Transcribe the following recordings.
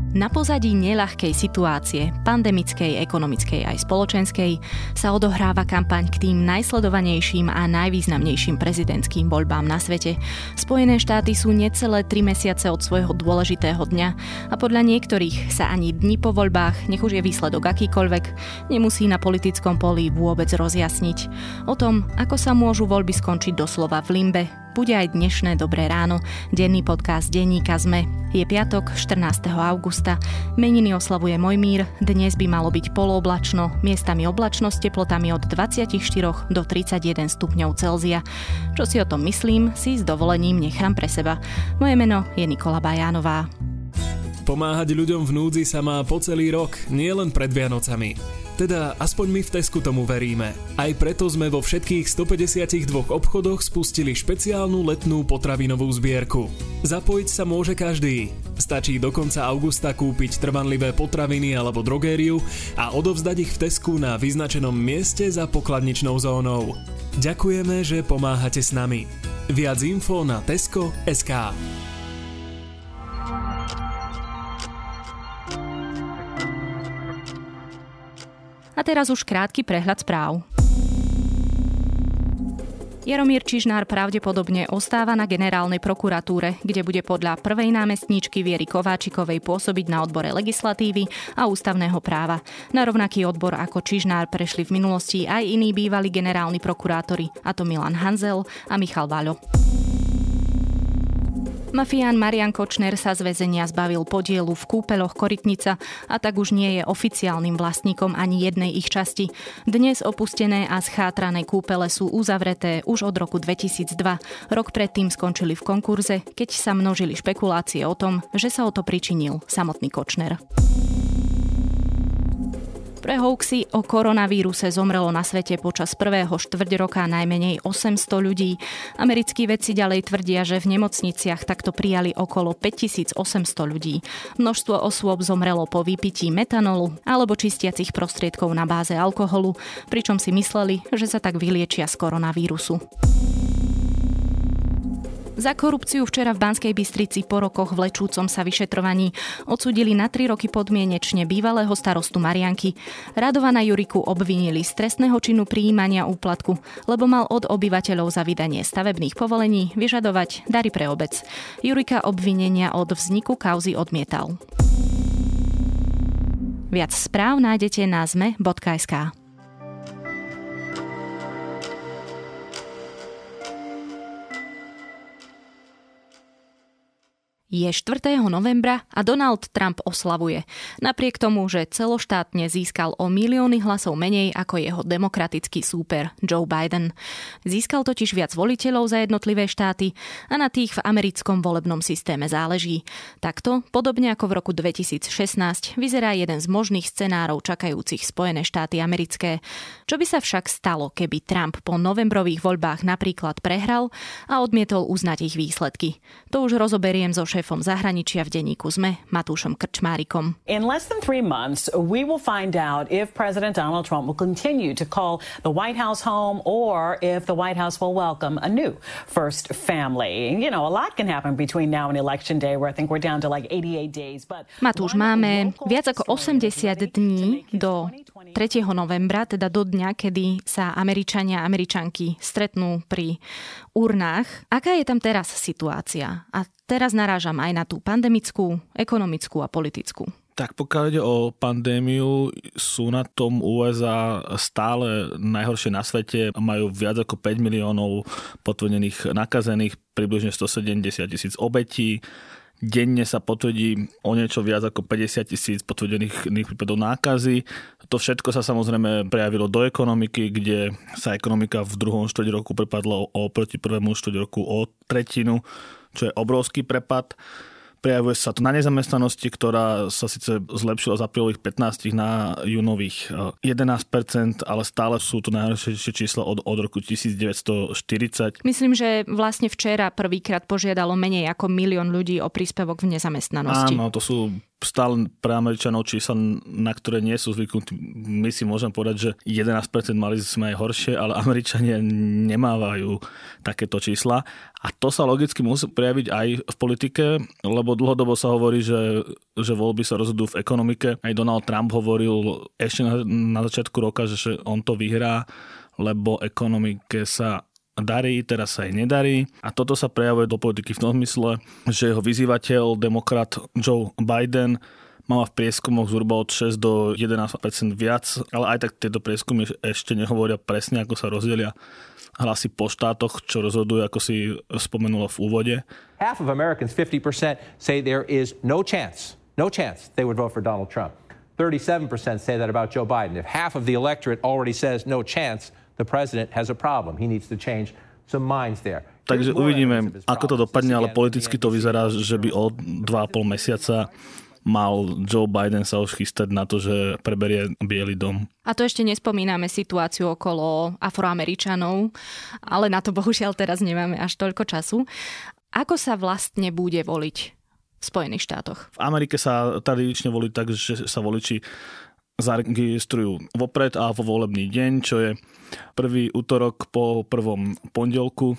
Na pozadí neľahkej situácie, pandemickej, ekonomickej aj spoločenskej, sa odohráva kampaň k tým najsledovanejším a najvýznamnejším prezidentským voľbám na svete. Spojené štáty sú necelé 3 mesiace od svojho dôležitého dňa a podľa niektorých sa ani dni po voľbách, nech už je výsledok akýkoľvek, nemusí na politickom poli vôbec rozjasniť. O tom, ako sa môžu voľby skončiť doslova v limbe, bude aj dnešné Dobré ráno, denný podcast denníka SME. Je piatok, 14. augusta. Meniny oslavuje Mojmír. Dnes by malo byť polooblačno, miestami oblačno s teplotami od 24 do 31 stupňov Celzia. Čo si o tom myslím, si s dovolením nechám pre seba. Moje meno je Nikola Bajánová. Pomáhať ľuďom v núdzi sa má po celý rok, nie len pred Vianocami. Teda aspoň my v Tesku tomu veríme. Aj preto sme vo všetkých 152 obchodoch spustili špeciálnu letnú potravinovú zbierku. Zapojiť sa môže každý. Stačí do konca augusta kúpiť trvanlivé potraviny alebo drogériu a odovzdať ich v Tesku na vyznačenom mieste za pokladničnou zónou. Ďakujeme, že pomáhate s nami. Viac info na Tesco.sk. A teraz už krátky prehľad správ. Jaromír Čižnár pravdepodobne ostáva na generálnej prokuratúre, kde bude podľa prvej námestníčky Viery Kováčikovej pôsobiť na odbore legislatívy a ústavného práva. Na rovnaký odbor ako Čižnár prešli v minulosti aj iní bývalí generálni prokurátori, a to Milan Hanzel a Michal Vaľo. Mafián Marian Kočner sa z väzenia zbavil podielu v kúpeľoch Korytnica a tak už nie je oficiálnym vlastníkom ani jednej ich časti. Dnes opustené a schátrané kúpele sú uzavreté už od roku 2002. Rok predtým skončili v konkurze, keď sa množili špekulácie o tom, že sa o to pričinil samotný Kočner. Pre hoaxy o koronavíruse zomrelo na svete počas prvého štvrťroka najmenej 800 ľudí. Americkí vedci ďalej tvrdia, že v nemocniciach takto prijali okolo 5800 ľudí. Množstvo osôb zomrelo po vypití metanolu alebo čistiacich prostriedkov na báze alkoholu, pričom si mysleli, že sa tak vyliečia z koronavírusu. Za korupciu včera v Banskej Bystrici po rokoch vlečúcom sa vyšetrovaní odsúdili na 3 roky podmienečne bývalého starostu Marianky. Radovana Juriku obvinili z trestného činu prijímania úplatku, lebo mal od obyvateľov za vydanie stavebných povolení vyžadovať dary pre obec. Jurika obvinenia od vzniku kauzy odmietal. Viac správ nájdete na zme.sk. Je 4. novembra a Donald Trump oslavuje. Napriek tomu, že celoštátne získal o milióny hlasov menej ako jeho demokratický súper Joe Biden. Získal totiž viac voliteľov za jednotlivé štáty a na tých v americkom volebnom systéme záleží. Takto, podobne ako v roku 2016, vyzerá jeden z možných scenárov čakajúcich Spojené štáty americké. Čo by sa však stalo, keby Trump po novembrových voľbách napríklad prehral a odmietol uznať ich výsledky? To už rozoberiem so šéfom zahraničia v denníku SME Matúšom Krčmárikom. In less than 3 months, we will find out if President Donald Trump will continue to call the White House home or if the White House will welcome a new first family. You know, a lot can happen between now and election day, where I think we're down to like 88 days. But Matúš, máme viac ako 80 dní do 3. novembra, teda do dňa, kedy sa Američania a Američanky stretnú pri urnách. Aká je tam teraz situácia? A teraz narážam aj na tú pandemickú, ekonomickú a politickú. Tak pokiaľ ide o pandémiu, sú na tom USA stále najhoršie na svete. Majú viac ako 5 miliónov potvrdených nakazených, približne 170 000 obetí. Denne sa potvrdí o niečo viac ako 50 000 potvrdených prípadov nákazy. To všetko sa samozrejme prejavilo do ekonomiky, kde sa ekonomika v druhom štvrť roku prepadla oproti prvému štvrť roku o tretinu, čo je obrovský prepad. Prejavuje sa to na nezamestnanosti, ktorá sa síce zlepšila z aprílových 15 na júnových 11%, ale stále sú to najhoršie čísla od roku 1940. Myslím, že vlastne včera prvýkrát požiadalo menej ako 1 000 000 ľudí o príspevok v nezamestnanosti. Áno, to sú stále pre Američanov čísla, na ktoré nie sú zvyknutí. My si môžeme povedať, že 11% mali sme aj horšie, ale Američania nemávajú takéto čísla. A to sa logicky musí prejaviť aj v politike, lebo dlhodobo sa hovorí, že voľby sa rozhodujú v ekonomike. Aj Donald Trump hovoril ešte na začiatku roka, že on to vyhrá, lebo ekonomike sa darí, teraz sa jej nedarí. A toto sa prejavuje do politiky v tom zmysle, že jeho vyzývateľ, demokrat Joe Biden, má v prieskumoch zhruba od 6 do 11% viac, ale aj tak tieto prieskumy ešte nehovoria presne, ako sa rozdelia hlasy po štátoch, čo rozhodujú, ako si spomenula v úvode. Half of Americans, 50%, say there is no chance they would vote for Donald Trump. 37% say that about Joe Biden. If half of the electorate already says no chance, the president has a problem. He needs to change some minds there. Takže uvidíme, ako to dopadne, ale politicky to vyzerá, že by o 2,5 mesiaca mal Joe Biden sa už chystať na to, že preberie Bielý dom. A to ešte nespomíname situáciu okolo Afroameričanov, ale na to bohužiaľ teraz nemáme až toľko času. Ako sa vlastne bude voliť v Spojených štátoch? V Amerike sa tradične volí tak, že sa voliči zaregistrujú vopred a vo volebný deň, čo je prvý útorok po prvom pondelku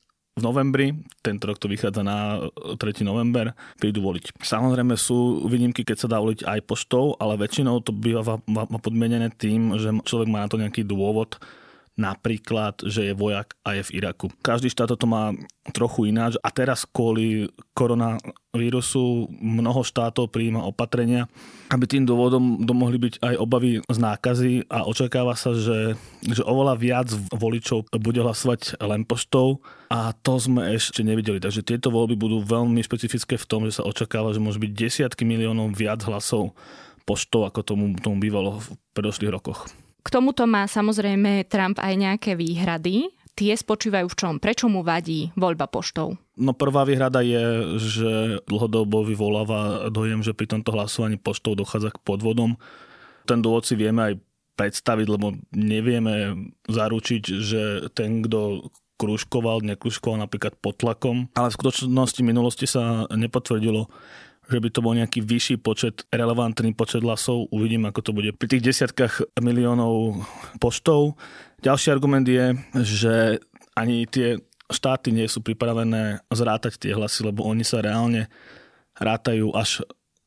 v novembri. Tento rok to vychádza na 3. november. Prídu voliť. Samozrejme sú výnimky, keď sa dá voliť aj poštou, ale väčšinou to býva podmienené tým, že človek má na to nejaký dôvod, napríklad, že je vojak a je v Iraku. Každý štát to má trochu ináč a teraz kvôli koronavírusu mnoho štátov prijíma opatrenia, aby tým dôvodom mohli byť aj obavy z nákazy a očakáva sa, že oveľa viac voličov bude hlasovať len poštou a to sme ešte nevideli. Takže tieto voľby budú veľmi špecifické v tom, že sa očakáva, že môže byť desiatky miliónov viac hlasov poštou, ako tomu bývalo v predošlých rokoch. K tomuto má samozrejme Trump aj nejaké výhrady. Tie spočívajú v čom? Prečo mu vadí voľba poštou? No prvá výhrada je, že dlhodobo vyvoláva dojem, že pri tomto hlasovaní poštou dochádza k podvodom. Ten dôvod si vieme aj predstaviť, lebo nevieme zaručiť, že ten, kto nekružkoval napríklad pod tlakom. Ale v skutočnosti v minulosti sa nepotvrdilo, že by to bol nejaký vyšší počet, relevantný počet hlasov. Uvidím, ako to bude pri tých desiatkách miliónov poštov. Ďalší argument je, že ani tie štáty nie sú pripravené zrátať tie hlasy, lebo oni sa reálne rátajú až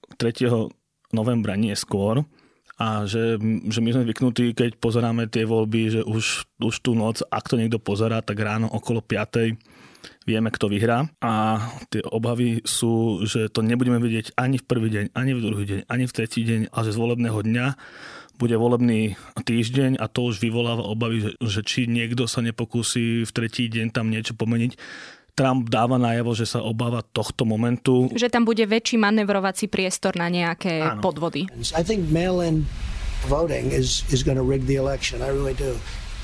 3. novembra, nie skôr. A že my sme zvyknutí, keď pozeráme tie voľby, že už tú noc, ak to niekto pozerá, tak ráno okolo 5. vieme, kto vyhrá. A tie obavy sú, že to nebudeme vidieť ani v prvý deň, ani v druhý deň, ani v tretí deň, a že z volebného dňa bude volebný týždeň a to už vyvoláva obavy, že či niekto sa nepokúsi v tretí deň tam niečo pomeniť. Trump dáva najavo, že sa obáva tohto momentu. Že tam bude väčší manevrovací priestor na nejaké podvody. I think mail-in voting is going to rig the election. I really do.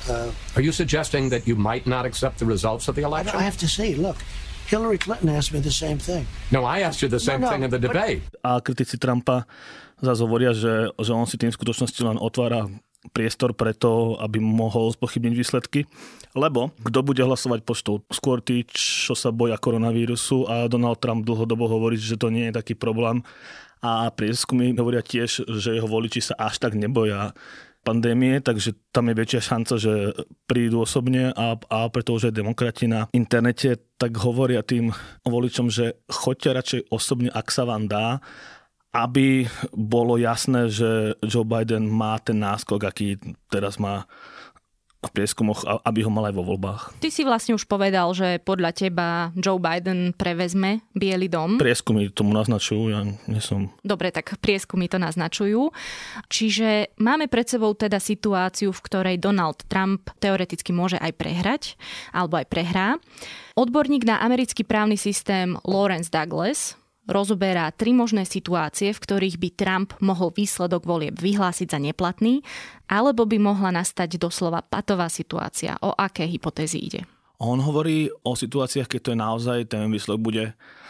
Are you suggesting that you might not accept the results of the election? I have to see. Look, Hillary Clinton asked me the same thing. No, I asked you the same thing in the debate. A kritici Trumpa zase hovoria, že on si tým v skutočnosti len otvára priestor pre to, aby mohol spochybniť výsledky. Lebo kto bude hlasovať poštou? Skôr tí, čo sa boja koronavírusu, a Donald Trump dlhodobo hovorí, že to nie je taký problém. A prieskumy hovoria tiež, že jeho voliči sa až tak neboja pandémie, takže tam je väčšia šanca, že prídu osobne a preto už aj demokrati na internete tak hovoria tým voličom, že choďte radšej osobne, ak sa vám dá, aby bolo jasné, že Joe Biden má ten náskok, aký teraz má v prieskumoch, aby ho mal aj vo voľbách. Ty si vlastne už povedal, že podľa teba Joe Biden prevezme Bielý dom. Prieskumy tomu naznačujú, ja nie som... Dobre, tak prieskumy to naznačujú. Čiže máme pred sebou teda situáciu, v ktorej Donald Trump teoreticky môže aj prehrať, alebo aj prehrá. Odborník na americký právny systém Lawrence Douglas rozoberá 3 možné situácie, v ktorých by Trump mohol výsledok volieb vyhlásiť za neplatný, alebo by mohla nastať doslova patová situácia. O aké hypotézy ide? On hovorí o situáciách, keď to je naozaj, ten výsledok bude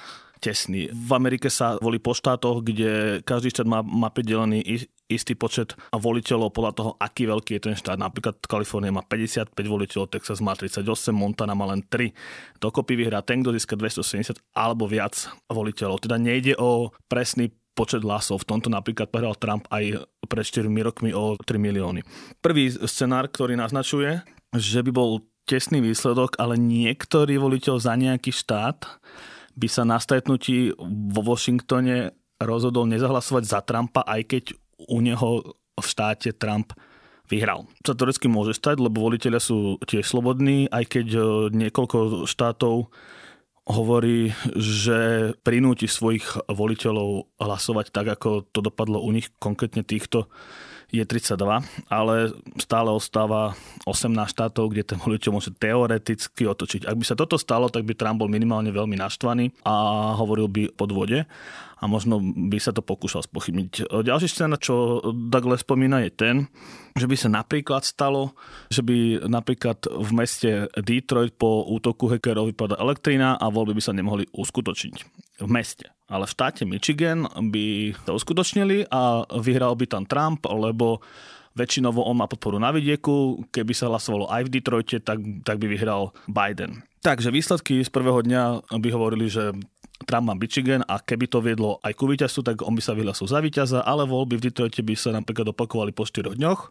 tesný. V Amerike sa volí po štátoch, kde každý štát má pridelený istý počet voliteľov podľa toho, aký veľký je ten štát. Napríklad Kalifornia má 55 voliteľov, Texas má 38, Montana má len 3. Dokopy vyhrá ten, kto získa 270 alebo viac voliteľov. Teda nejde o presný počet hlasov. V tomto napríklad prehral Trump aj pred 4 rokmi o 3 milióny. Prvý scenár, ktorý naznačuje, že by bol tesný výsledok, ale niektorý voliteľ za nejaký štát by sa na stretnutí vo Washingtone rozhodol nezahlasovať za Trumpa, aj keď u neho v štáte Trump vyhral. Sa teoreticky môže stať, lebo voliteľia sú tiež slobodní, aj keď niekoľko štátov hovorí, že prinúti svojich voliteľov hlasovať tak, ako to dopadlo u nich, konkrétne týchto je 32, ale stále ostáva 18 štátov, kde ten voliteľ môže teoreticky otočiť. Ak by sa toto stalo, tak by Trump bol minimálne veľmi naštvaný a hovoril by o podvode a možno by sa to pokúšal spochybniť. Ďalší scénar, čo Douglas spomína, je ten, že by sa napríklad stalo, že by napríklad v meste Detroit po útoku hackerov vypadla elektrina a voľby by sa nemohli uskutočniť v meste. Ale v štáte Michigan by to uskutočnili a vyhral by tam Trump, lebo väčšinovo on má podporu na vidieku. Keby sa hlasovalo aj v Detroite, tak by vyhral Biden. Takže výsledky z prvého dňa by hovorili, že Trump má Michigan a keby to viedlo aj ku víťazstvu, tak on by sa vyhlásil za víťaza, ale voľby v Detroite by sa napríklad opakovali po 4 dňoch.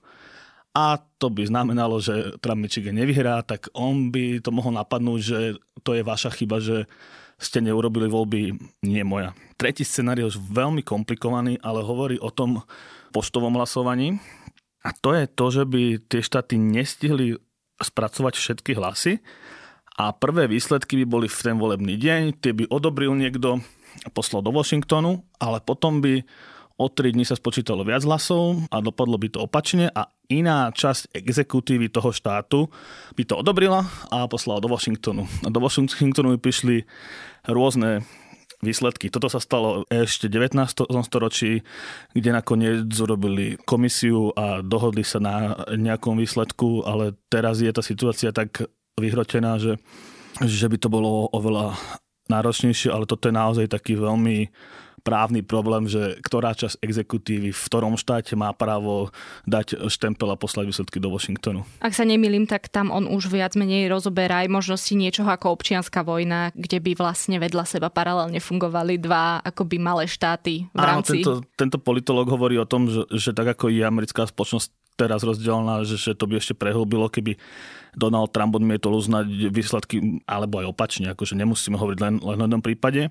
A to by znamenalo, že Trump Michigan nevyhrá, tak on by to mohol napadnúť, že to je vaša chyba, že ste neurobili voľby, nie moja. Tretí scenár je už veľmi komplikovaný, ale hovorí o tom poštovom hlasovaní. A to je to, že by tie štáty nestihli spracovať všetky hlasy a prvé výsledky by boli v ten volebný deň, tie by odobril niekto a poslal do Washingtonu, ale potom by o 3 dní sa spočítalo viac hlasov a dopadlo by to opačne a iná časť exekutívy toho štátu by to odobrila a poslala do Washingtonu. A do Washingtonu by prišli rôzne výsledky. Toto sa stalo ešte v 19. storočí, kde nakoniec urobili komisiu a dohodli sa na nejakom výsledku, ale teraz je tá situácia tak vyhrotená, že by to bolo oveľa náročnejšie, ale toto je naozaj taký veľmi právny problém, že ktorá časť exekutívy v ktorom štáte má právo dať štempel a poslať výsledky do Washingtonu. Ak sa nemýlim, tak tam on už viac menej rozoberá aj možnosti niečoho ako občianska vojna, kde by vlastne vedľa seba paralelne fungovali dva akoby malé štáty v rámci... Áno, tento politológ hovorí o tom, že tak ako je americká spoločnosť teraz rozdelená, že to by ešte prehlbilo, keby Donald Trump odmietol uznať výsledky, alebo aj opačne, akože nemusíme hovoriť len o jednom prípade.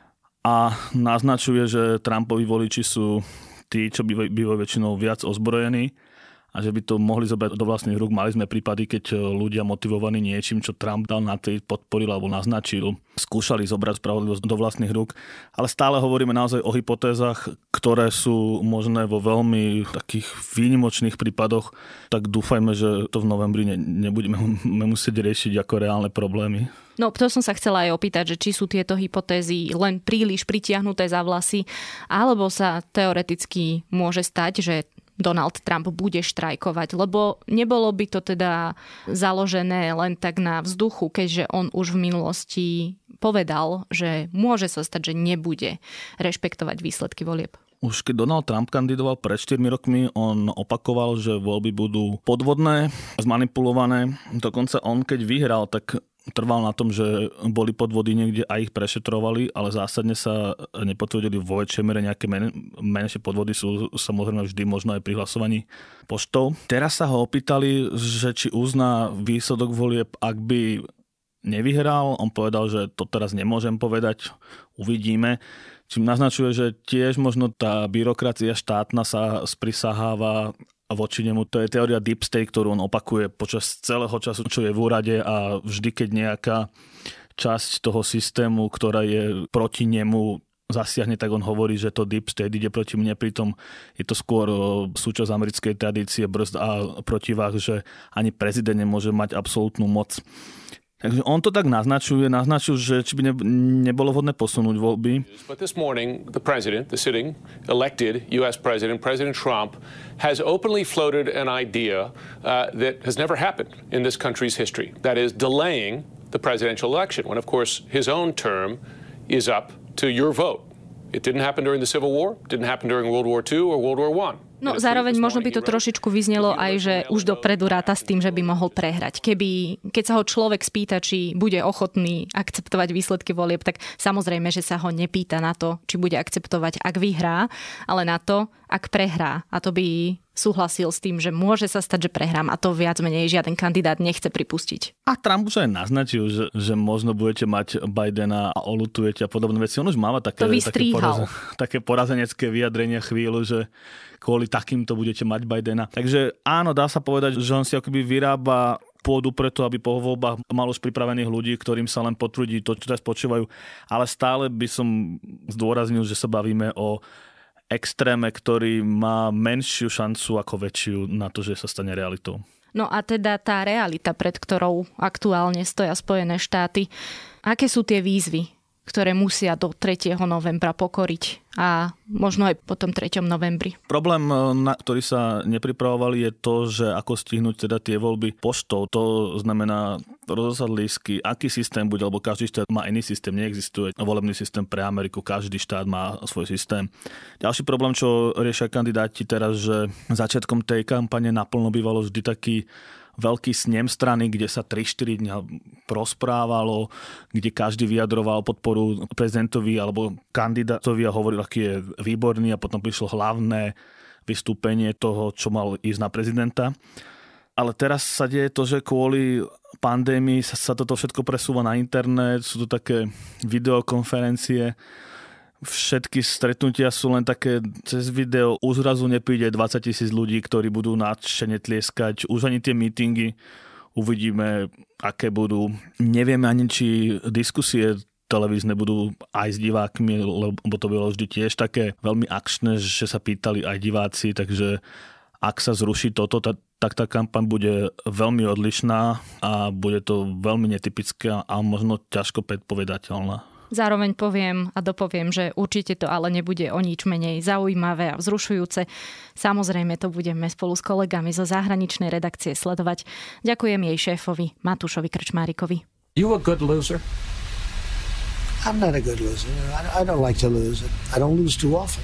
A naznačuje, že Trumpovi voliči sú tí, čo bývajú väčšinou viac ozbrojení a že by to mohli zobrať do vlastných rúk. Mali sme prípady, keď ľudia motivovaní niečím, čo Trump dal na tej podporil alebo naznačil, skúšali zobrať spravodlivosť do vlastných rúk. Ale stále hovoríme naozaj o hypotézach, ktoré sú možné vo veľmi takých výnimočných prípadoch. Tak dúfajme, že to v novembri nebudeme musieť riešiť ako reálne problémy. No, to som sa chcela aj opýtať, že či sú tieto hypotézy len príliš pritiahnuté za vlasy, alebo sa teoreticky môže stať, že Donald Trump bude štrajkovať, lebo nebolo by to teda založené len tak na vzduchu, keďže on už v minulosti povedal, že môže sa stať, že nebude rešpektovať výsledky volieb. Už keď Donald Trump kandidoval pred 4 rokmi, on opakoval, že voľby budú podvodné, zmanipulované. Dokonca on, keď vyhral, tak trval na tom, že boli podvody niekde a ich prešetrovali, ale zásadne sa nepotvrdili vo väčšej mere. Nejaké menšie podvody sú samozrejme vždy možno aj pri hlasovaní poštou. Teraz sa ho opýtali, že či uzná výsledok volieb, ak by nevyhral. On povedal, že to teraz nemôžem povedať, uvidíme. Čím naznačuje, že tiež možno tá byrokracia štátna sa sprisaháva voči nemu. To je teória Deep State, ktorú on opakuje počas celého času, čo je v úrade a vždy, keď nejaká časť toho systému, ktorá je proti nemu, zasiahne, tak on hovorí, že to Deep State ide proti mne, pritom je to skôr súčasť americkej tradície brzd a protivách, že ani prezident nemôže mať absolútnu moc. Takže on to tak naznačil, že či by nebolo vhodné posunúť voľby. But this morning, the president, the sitting, elected U.S. president, President Trump, has openly floated an idea that has never happened in this country's history. That is delaying the presidential election, when of course his own term is up to your vote. It didn't happen during the Civil War, didn't happen during World War II or World War I. No zároveň možno by to trošičku vyznelo aj, že už dopredu ráta s tým, že by mohol prehrať. Keď sa ho človek spýta, či bude ochotný akceptovať výsledky volieb, tak samozrejme, že sa ho nepýta na to, či bude akceptovať, ak vyhrá, ale na to, ak prehrá. A to by súhlasil s tým, že môže sa stať, že prehrám, a to viac menej žiaden kandidát nechce pripustiť. A Trump už aj naznačil, že možno budete mať Bidena a olutujete a podobné veci. On už máva také porazenecké vyjadrenia chvíľu, že kvôli takýmto budete mať Bidena. Takže áno, dá sa povedať, že on si akoby vyrába pôdu preto, aby po voľbách mal už pripravených ľudí, ktorým sa len potvrdí to, čo teraz počúvajú. Ale stále by som zdôraznil, že sa bavíme o extréme, ktorý má menšiu šancu ako väčšiu na to, že sa stane realitou. No a teda tá realita, pred ktorou aktuálne stoja Spojené štáty, aké sú tie výzvy, ktoré musia do 3. novembra pokoriť a možno aj po tom 3. novembri? Problém, na ktorý sa nepripravovali, je to, že ako stihnúť teda tie voľby poštou. To znamená rozoslať lístky, aký systém bude, lebo každý štát má iný systém, neexistuje volebný systém pre Ameriku, každý štát má svoj systém. Ďalší problém, čo riešia kandidáti teraz, že začiatkom tej kampane naplno bývalo vždy taký veľký snem strany, kde sa 3-4 dňa rozprávalo, kde každý vyjadroval podporu prezidentovi alebo kandidátovi a hovoril, aký je výborný, a potom prišlo hlavné vystúpenie toho, čo mal ísť na prezidenta. Ale teraz sa deje to, že kvôli pandémii sa toto všetko presúva na internet, sú to také videokonferencie. Všetky stretnutia sú len také cez video, už zrazu nepríde 20,000 ľudí, ktorí budú nadšene tlieskať, už ani tie meetingy uvidíme, aké budú. Nevieme ani, či diskusie televízne budú aj s divákmi, lebo to bolo vždy tiež také veľmi akčné, že sa pýtali aj diváci, takže ak sa zruší toto, tak tá kampaň bude veľmi odlišná a bude to veľmi netypická a možno ťažko predpovedateľná. Zároveň poviem a dopoviem, že určite to ale nebude o nič menej zaujímavé a vzrušujúce. Samozrejme to budeme spolu s kolegami zo zahraničnej redakcie sledovať. Ďakujem jej šéfovi Matúšovi Krčmárikovi. You a good loser? I'm not a good loser. I don't like to lose. I don't lose too often.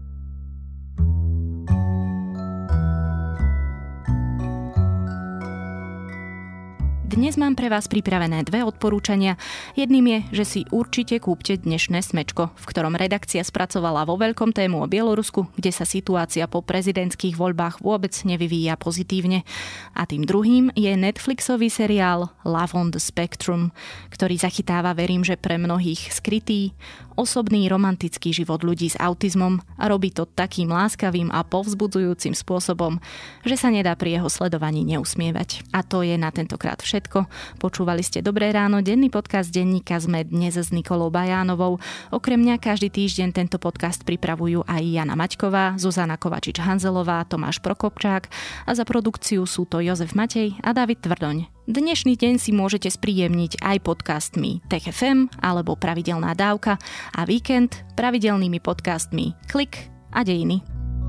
Dnes mám pre vás pripravené 2 odporúčania. Jedným je, že si určite kúpte dnešné Smečko, v ktorom redakcia spracovala vo veľkom tému o Bielorusku, kde sa situácia po prezidentských voľbách vôbec nevyvíja pozitívne. A tým druhým je Netflixový seriál Love on the Spectrum, ktorý zachytáva, verím, že pre mnohých skrytý, osobný romantický život ľudí s autizmom a robí to takým láskavým a povzbudzujúcim spôsobom, že sa nedá pri jeho sledovaní neusmievať. A to je na tentokrát všetko. Počúvali ste Dobré ráno, denný podcast denníka SME dnes s Nikolou Bajánovou. Okrem mňa každý týždeň tento podcast pripravujú aj Jana Maťková, Zuzana Kovačič-Hanzelová, Tomáš Prokopčák a za produkciu sú to Jozef Matej a David Tvrdoň. Dnešný deň si môžete spríjemniť aj podcastmi Tech FM alebo Pravidelná dávka a víkend pravidelnými podcastmi Klik a Dejiny.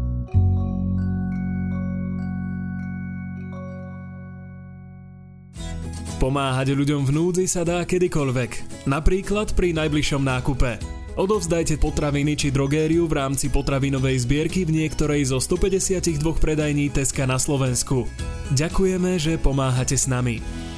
Pomáhať ľuďom v núdzi sa dá kedykoľvek, napríklad pri najbližšom nákupe. Odovzdajte potraviny či drogériu v rámci potravinovej zbierky v niektorej zo 152 predajní Teska na Slovensku. Ďakujeme, že pomáhate s nami.